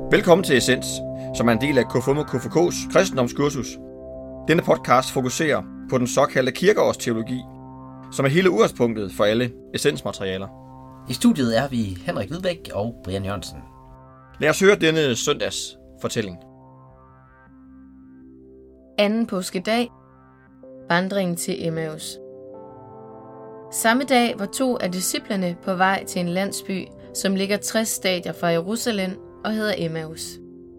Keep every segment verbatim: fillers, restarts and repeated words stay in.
Velkommen til Essens, som er en del af K F U M og K F U K's kristendomskursus. Denne podcast fokuserer på den såkaldte kirkeårsteologi, som er hele udgangspunktet for alle essensmaterialer. I studiet er vi Henrik Hvidbæk og Brian Jørgensen. Lad os høre denne søndags fortælling. Anden påskedag. Vandringen til Emmaus. Samme dag var to af disciplene på vej til en landsby, som ligger tres stadier fra Jerusalem og hedder Emmaus.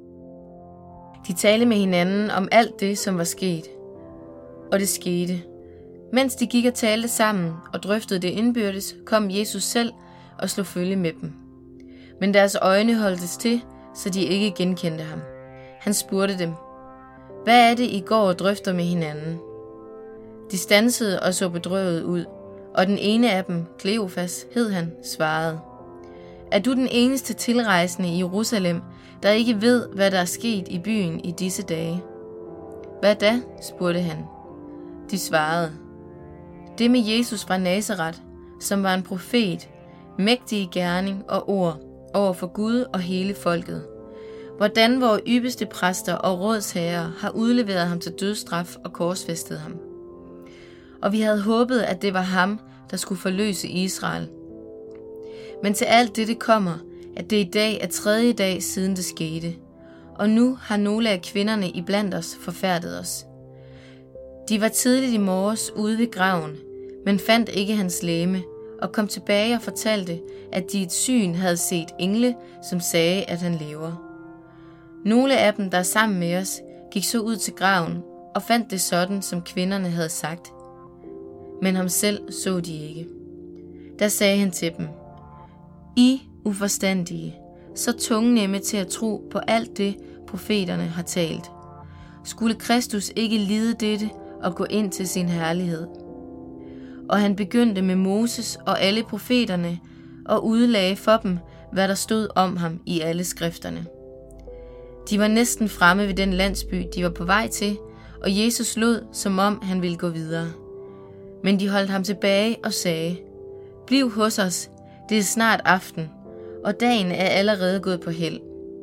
De talte med hinanden om alt det, som var sket. Og det skete. Mens de gik og talte sammen og drøftede det indbyrdes, kom Jesus selv og slog følge med dem. Men deres øjne holdtes til, så de ikke genkendte ham. Han spurgte dem, hvad er det, I går og drøfter med hinanden? De standsede og så bedrøvet ud, og den ene af dem, Kleofas, hed han, svarede, er du den eneste tilrejsende i Jerusalem, der ikke ved, hvad der er sket i byen i disse dage? Hvad da? Spurgte han. De svarede, det med Jesus fra Nazaret, som var en profet, mægtig i gerning og ord over for Gud og hele folket. Hvordan vores ypperste præster og rådsherrer har udleveret ham til dødsstraf og korsfæstet ham. Og vi havde håbet, at det var ham, der skulle forløse Israel. Men til alt dette kommer, at det i dag er tredje dag siden det skete, og nu har nogle af kvinderne iblandt os forfærdet os. De var tidligt i morges ude ved graven, men fandt ikke hans legeme, og kom tilbage og fortalte, at de i et syn havde set engle, som sagde, at han lever. Nogle af dem, der er sammen med os, gik så ud til graven og fandt det sådan, som kvinderne havde sagt. Men ham selv så de ikke. Der sagde han til dem, I uforstandige, så tungnemme til at tro på alt det, profeterne har talt. Skulle Kristus ikke lide dette og gå ind til sin herlighed? Og han begyndte med Moses og alle profeterne og udlagde for dem, hvad der stod om ham i alle skrifterne. De var næsten fremme ved den landsby, de var på vej til, og Jesus lod, som om han ville gå videre. Men de holdt ham tilbage og sagde, bliv hos os, det er snart aften, og dagen er allerede gået på held.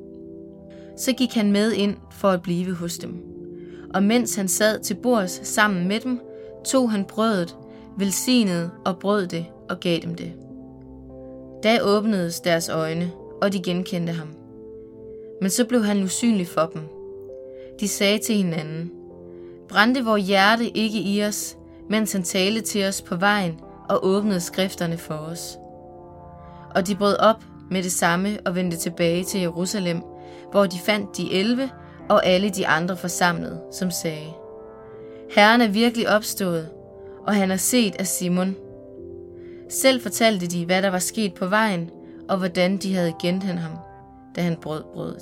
Så gik han med ind for at blive hos dem. Og mens han sad til bords sammen med dem, tog han brødet, velsignede og brød det og gav dem det. Da åbnedes deres øjne, og de genkendte ham. Men så blev han usynlig for dem. De sagde til hinanden, brændte vor hjerte ikke i os, mens han talte til os på vejen og åbnede skrifterne for os. Og de brød op med det samme og vendte tilbage til Jerusalem, hvor de fandt de elve og alle de andre forsamlede, som sagde, Herren er virkelig opstået, og han er set af Simon. Selv fortalte de, hvad der var sket på vejen, og hvordan de havde genkendt ham, da han brød brødet.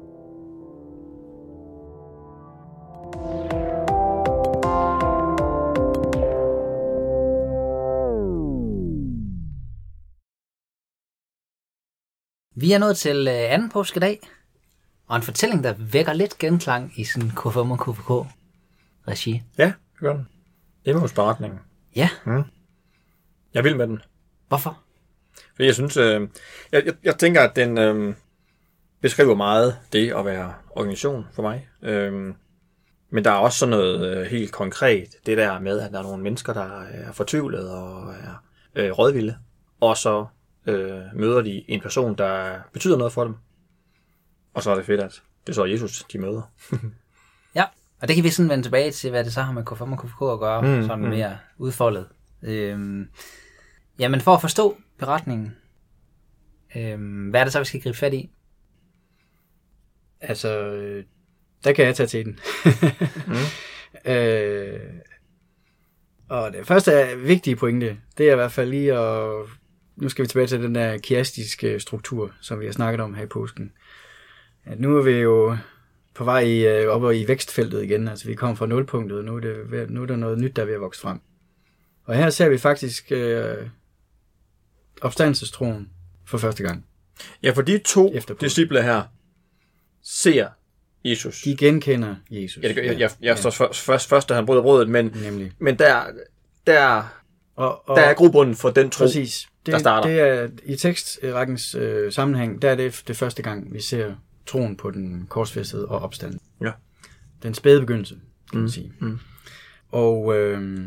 Vi er nået til anden påskedag, og en fortælling, der vækker lidt genklang i sådan K F U M og K F U K regi. Ja, det gør den. Emmaus beretningen. Ja. Mm. Jeg vil med den. Hvorfor? Fordi jeg synes, øh, jeg, jeg, jeg tænker, at den øh, beskriver meget det at være organisation for mig. Øh, men der er også sådan noget øh, helt konkret, det der med, at der er nogle mennesker, der er fortvivlet og er øh, rådvilde, og så øh, møder de en person, der betyder noget for dem. Og så er det fedt, at det er så Jesus, de møder. Ja, og det kan vi sådan vende tilbage til, hvad det så har med K F U M og K F U K at gøre, mm, sådan mm. mere udfoldet. Øhm, jamen for at forstå beretningen, øhm, hvad er det så, vi skal gribe fat i? Altså, der kan jeg tage til den. mm. øh, og det første er vigtige pointe, det er i hvert fald lige at, nu skal vi tilbage til den der kiastiske struktur, som vi har snakket om her i påsken. At nu er vi jo på vej i, op i vækstfeltet igen, altså vi kommer fra nulpunktet, og nu er, det, nu er der noget nyt, der er ved at vokse frem. Og her ser vi faktisk øh, opstandelsestroen for første gang. Ja, for de to disciple her ser Jesus. De genkender Jesus. Ja, det gør, jeg, jeg, jeg ja. først, først, først, da han bryder brødet, men, men der, der, og, og, der er grobunden for den tro, præcis. Det, der starter. Det er, i tekstrækkens øh, sammenhæng, der er det det første gang, vi ser troen på den korsfæstede og opstanden. Ja. Den spæde begyndelse, kan man Mm. sige. Mm. Og øh,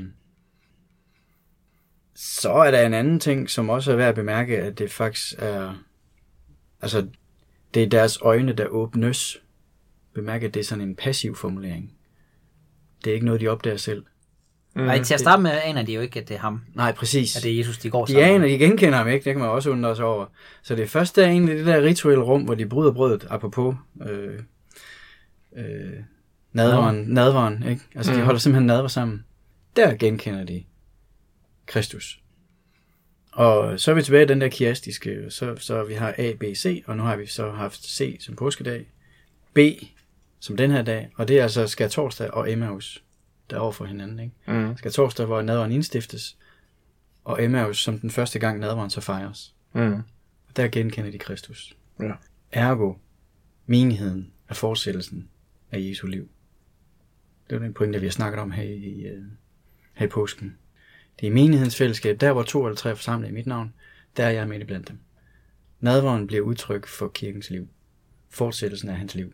så er der en anden ting, som også er værd at bemærke, at det faktisk er, altså, det er deres øjne, der åbnes. Bemærk, at det er sådan en passiv formulering. Det er ikke noget, de opdager selv. Mm. Nej, til at starte med aner de jo ikke, at det er ham. Nej, præcis. At det er Jesus, de går De sammen. aner, de genkender ham ikke, det kan man også undre sig over. Så det første er egentlig det der rituelle rum, hvor de bryder brødet, apropos øh, øh, nadveren, nadveren, ikke? Altså de Mm. holder simpelthen nadver sammen. Der genkender de Kristus. Og så er vi tilbage i den der kiastiske, så, så vi har A, B, C, og nu har vi så haft C som påskedag, B som den her dag, og det er altså skærtorsdag og Emmaus, der er over for hinanden, ikke? Mm. Skærtorsdag, hvor nadveren indstiftes, og Emmaus som den første gang nadveren så fejres. Mm. Og der genkender de Kristus. Ja. Ergo, menigheden er fortsættelsen af Jesu liv. Det er den pointe, vi har snakket om her i, uh, her i påsken. Det er menighedens fællesskab, der hvor to eller tre er forsamlet i mit navn, der er jeg midt blandt dem. Nadveren bliver udtryk for kirkens liv. Fortsættelsen af hans liv.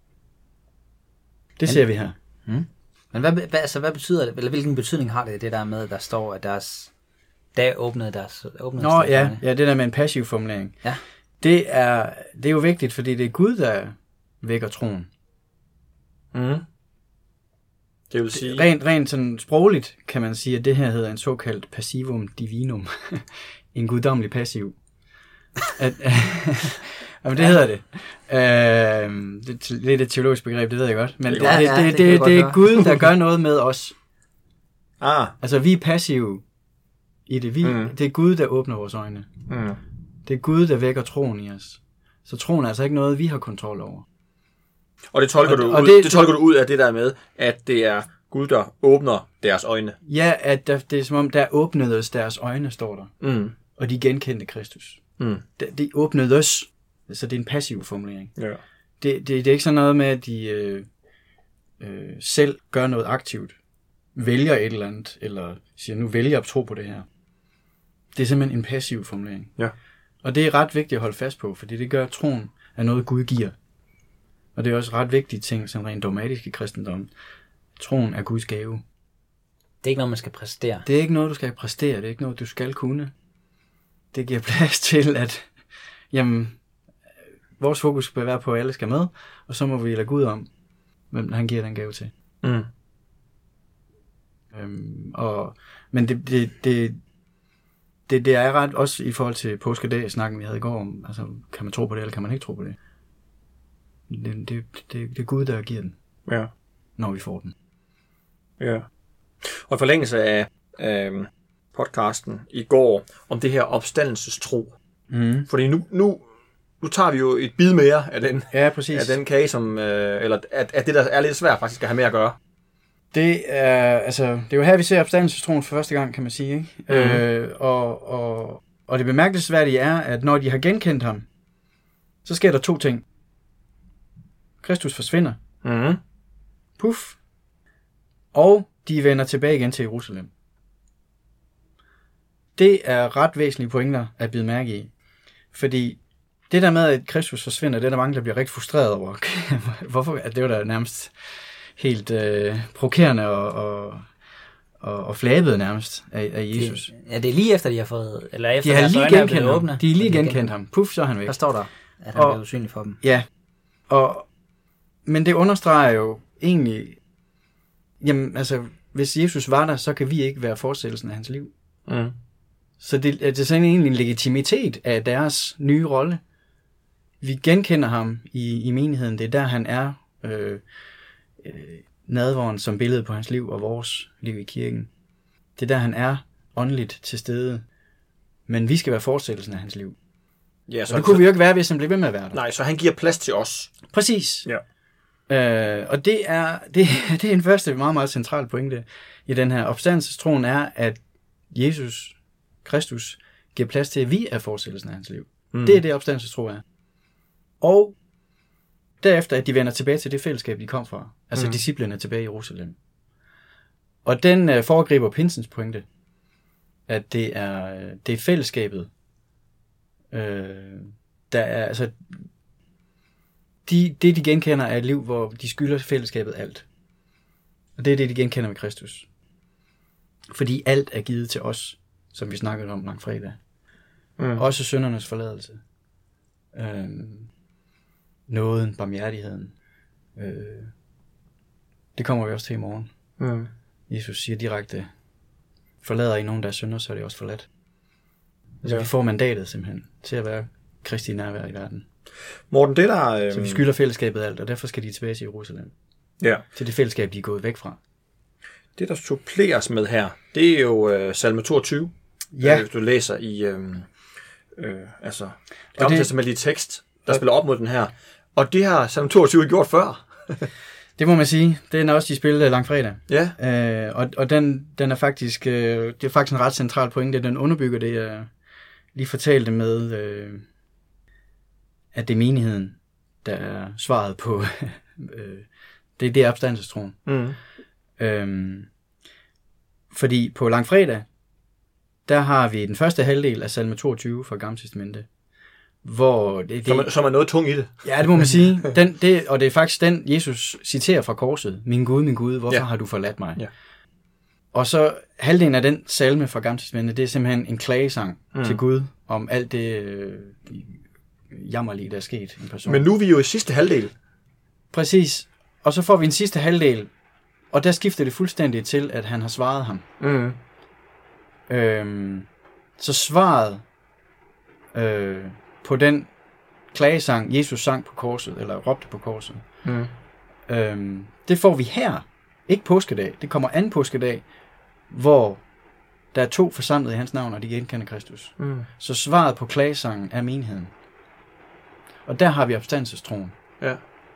Det ser vi her. Mm. Men hvad, hvad, altså, hvad betyder det, eller hvilken betydning har det, det der med, at der står, at deres dag åbnede deres åbnede Nå ja, ja, det der med en passiv formulering. Ja. Det er, det er jo vigtigt, fordi det er Gud, der vækker troen. Mm. Det vil sige... Rent, rent sådan sprogligt kan man sige, at det her hedder en såkaldt passivum divinum. En guddommelig passiv. At, jamen, det hedder det. Øh, det er lidt et teologisk begreb, det ved jeg godt. Men det, Ja, det, ja, det, det det, kan det, jeg det er godt Gud, der gør noget med os. Ah. Altså, vi er passive i det. Vi, Mm. Det er Gud, der åbner vores øjne. Mm. Det er Gud, der vækker troen i os. Så troen er altså ikke noget, vi har kontrol over. Og det tolker, Og- du og ud, det- det tolker du ud af det der med, at det er Gud, der åbner deres øjne. Ja, at der, det er som om, der åbnedes deres øjne, står der. Mm. Og de genkendte Kristus. Mm. De, de åbnedes. Så det er en passiv formulering. Ja. Det, det, det er ikke sådan noget med, at de øh, øh, selv gør noget aktivt. Vælger et eller andet, eller siger, nu vælger jeg at tro på det her. Det er simpelthen en passiv formulering. Ja. Og det er ret vigtigt at holde fast på, fordi det gør, at troen er noget, Gud giver. Og det er også ret vigtige ting, som rent dogmatisk i kristendommen. Troen er Guds gave. Det er ikke noget, man skal præstere. Det er ikke noget, du skal præstere. Det er ikke noget, du skal kunne. Det giver plads til, at jamen, vores fokus skal være på, at alle skal med, og så må vi lade Gud om, hvem han giver den gave til. Mm. Øhm, og, men det, det, det, det, det er ret, også i forhold til påskedag, snakken vi havde i går om, altså, kan man tro på det, eller kan man ikke tro på det? Det, det, det, det er Gud, der giver den, Ja. når vi får den. Ja. Og i forlængelse af øh, podcasten i går om det her opstandelsestro. Mm. Fordi nu, nu, nu tager vi jo et bid mere af den, Ja, præcis. af den kage, som, øh, eller at, at det, der er lidt svært faktisk at have med at gøre. Det er, altså, det er jo her, vi ser opstandelsestroen for første gang, kan man sige. Ikke? Mhm. Øh, og, og, og det bemærkelsesværdige er, at når de har genkendt ham, så sker der to ting. Kristus forsvinder. Mm. Puff. Og de vender tilbage igen til Jerusalem. Det er ret væsentlige pointer at bide mærke i. Fordi det der med, at Kristus forsvinder, det er der mange, der bliver rigtig frustreret over. Hvorfor? At det var da nærmest helt øh, provokerende og, og, og, og flabet nærmest af, af Jesus. Det, ja, det er lige efter, de har fået... Eller efter De har deres lige øjne er genkendt blevet ham. åbne, De har lige og genkendt ham. Puff, så er han væk. Der står der, at han Og- bliver usynlig for dem. Ja, og, men det understreger jo egentlig, jamen altså, hvis Jesus var der, så kan vi ikke være fortsættelsen af hans liv. Mm. Så det, det er sådan egentlig en legitimitet af deres nye rolle. Vi genkender ham i, i menigheden, det er der han er, øh, øh, nadveren som billede på hans liv og vores liv i kirken. Det er der han er åndeligt til stede, men vi skal være fortsættelsen af hans liv. Ja, Så det kunne vi jo ikke være, hvis han blev ved med at være der. Nej, så han giver plads til os. Præcis. Ja. Øh, og det er, det, det er en første meget, meget central pointe i den her opstandelsestroen er, at Jesus, Kristus, giver plads til, at vi er fortsættelsen af hans liv. Mm. Det er det, opstandelsestro er. Og derefter, at de vender tilbage til det fællesskab, de kom fra. Altså mm. disciplene tilbage i Jerusalem. Og den øh, foregriber Pinsens pointe, at det er, det er fællesskabet, øh, der er, altså, de, det, de genkender, er et liv, hvor de skylder fællesskabet alt. Og det er det, de genkender med Kristus. Fordi alt er givet til os, som vi snakkede om langfredag. Mm. Også syndernes forladelse. Øhm, nåden, barmhjertigheden. Øh, det kommer vi også til i morgen. Mm. Jesus siger direkte, forlader I nogen, der er synder, så er det også forladt. Så ja. Vi får mandatet simpelthen til at være Kristi nærvær i verden. Morten, det der... Øh... Så vi skylder fællesskabet alt, og derfor skal de tilbage til Jerusalem. Ja. Til det fællesskab, de er gået væk fra. Det, der suppleres med her, det er jo øh, salme toogtyve. Ja. Øh, du læser i øh, øh, altså, gammeltestamentlige tekst, der spiller op mod den her. Og det har salme toogtyve gjort før. Det må man sige. Den er også de spillede langfredag. Ja. Øh, og og den, den er faktisk, øh, det er faktisk en ret central pointe. Den underbygger det, jeg lige fortalte med, øh, at det er menigheden, der er svaret på, øh, det, det er opstandelsestroen. Mm. Øhm, fordi på langfredag, der har vi den første halvdel af salme toogtyve fra Gamle Testamente. Hvor det, det, som, er, som er noget tung i det. Ja, det må man sige. Den, det, og det er faktisk den, Jesus citerer fra korset. Min Gud, min Gud, hvorfor ja. har du forladt mig? Ja. Og så halvdelen af den salme fra Gamle Testamente, det er simpelthen en klagesang mm. til Gud om alt det øh, jammerlige, der er sket en person. Men nu er vi jo i sidste halvdel. Præcis. Og så får vi en sidste halvdel, og der skifter det fuldstændig til, at han har svaret ham. Mm. Øhm, så svaret øh, på den klagesang, Jesus sang på korset, eller råbte på korset, mm. øhm, det får vi her. Ikke påskedag. Det kommer anden påskedag, hvor der er to forsamlet i hans navn, og de genkender Kristus. Mm. Så svaret på klagesangen er menigheden. Og der har vi opstandelsestroen. Ja.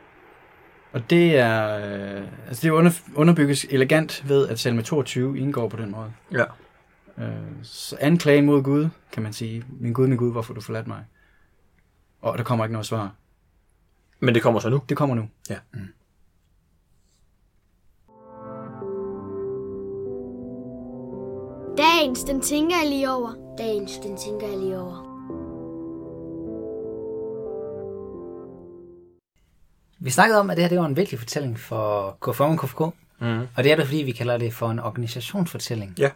Og det er, øh, altså det under, underbygges elegant ved, at salme toogtyve indgår på den måde. Ja. Øh, så anklagen mod Gud, kan man sige. Min Gud, min Gud, hvorfor du forladt mig? Og der kommer ikke noget svar. Men det kommer så nu? Det kommer nu. Ja. Mm. Dagens, den tænker jeg lige over. Dagens, den tænker jeg lige over. Vi snakkede om, at det her det var en vigtig fortælling for K F M og K F K. Mm. Og det er det, fordi vi kalder det for en organisationsfortælling. Ja.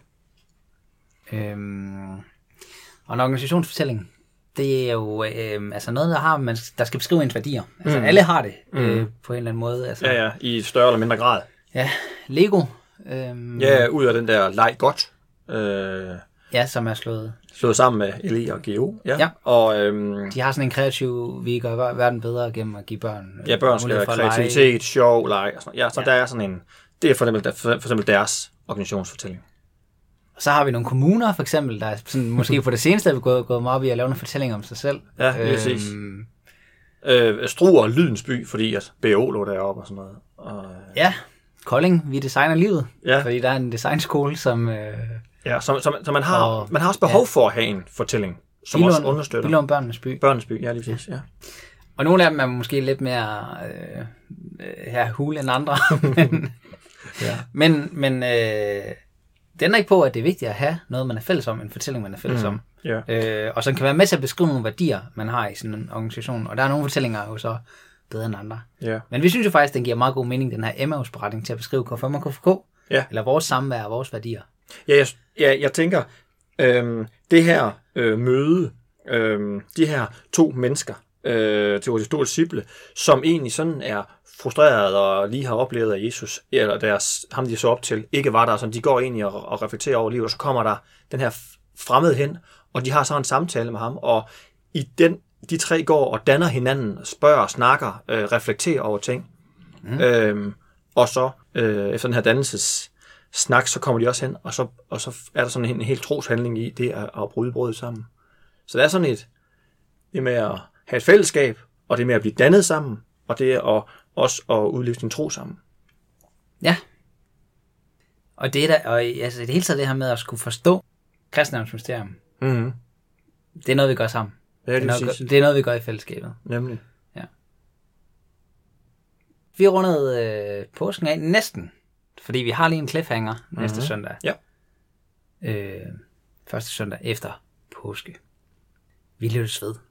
Øhm, og en organisationsfortælling, det er jo øh, altså noget, der, har, man, der skal beskrive ens værdier. Altså mm. alle har det øh, mm. på en eller anden måde. Altså, ja, ja, i større eller mindre grad. Ja, Lego. Øh, ja, ud af den der leg godt. Øh, ja, som er slået. Slået sammen med L E og G O. Ja. ja. Og, øhm, de har sådan en kreativ, vi gør verden bedre gennem at give børn. Ja, børn skal have kreativitet, lege. sjov, leg og sådan. Ja, så ja. Der er sådan en, det er for eksempel, for eksempel deres organisationsfortælling. Og så har vi nogle kommuner, for eksempel, der er sådan, måske på det seneste er vi gået, gået meget op i at lave nogle fortællinger om sig selv. Ja, præcis. Øhm, øh, Struer Lydens By, fordi at B O lå deroppe og sådan noget. Og, ja, Kolding, vi designer livet. Ja. Fordi der er en designskole, som... Øh, ja, så, så, så man, har, og, man har også behov ja. for at have en fortælling, som Bilund, også understøtter. Bilund Børnenes By. Børnenes By, ja, lige præcis, ja. Og nogle af dem er måske lidt mere øh, her hule end andre. men ja. men, men øh, det ændrer ikke på, at det er vigtigt at have noget, man er fælles om, en fortælling, man er fælles mm. om. Yeah. Øh, og som kan være med til at beskrive nogle værdier, man har i sådan en organisation. Og der er nogle fortællinger jo så bedre end andre. Yeah. Men vi synes jo faktisk, den giver meget god mening, den her Emmaus-beretning, til at beskrive K F M og K F K. Yeah. Eller vores samvær og vores værdier. Ja, jeg, jeg, jeg tænker, øhm, det her øh, møde, øhm, de her to mennesker, øh, til vores store disciple, som egentlig sådan er frustreret og lige har oplevet, at Jesus, eller deres, ham de så op til, ikke var der, så de går egentlig og, og reflekterer over livet, og så kommer der den her fremmede hen, og de har så en samtale med ham, og i den, de tre går og danner hinanden, spørger, snakker, øh, reflekterer over ting, mm. øhm, og så øh, efter den her dannelses snak, så kommer de også hen, og så, og så er der sådan en, en helt troshandling i det at, at bryde brødet sammen. Så det er sådan et, det med at have et fællesskab, og det med at blive dannet sammen, og det at også at udleve sin tro sammen. Ja. Og det er der, og altså det hele taget det her med at skulle forstå kristendommens mysterium. Mm-hmm. Det er noget, vi gør sammen. Ja, det, det, er noget, det er noget, vi gør i fællesskabet. Nemlig. Ja. Vi har rundet øh, påsken af næsten. Fordi vi har lige en cliffhanger mm-hmm. næste søndag. Ja. Øh, første søndag efter påske. Vi lyttes ved.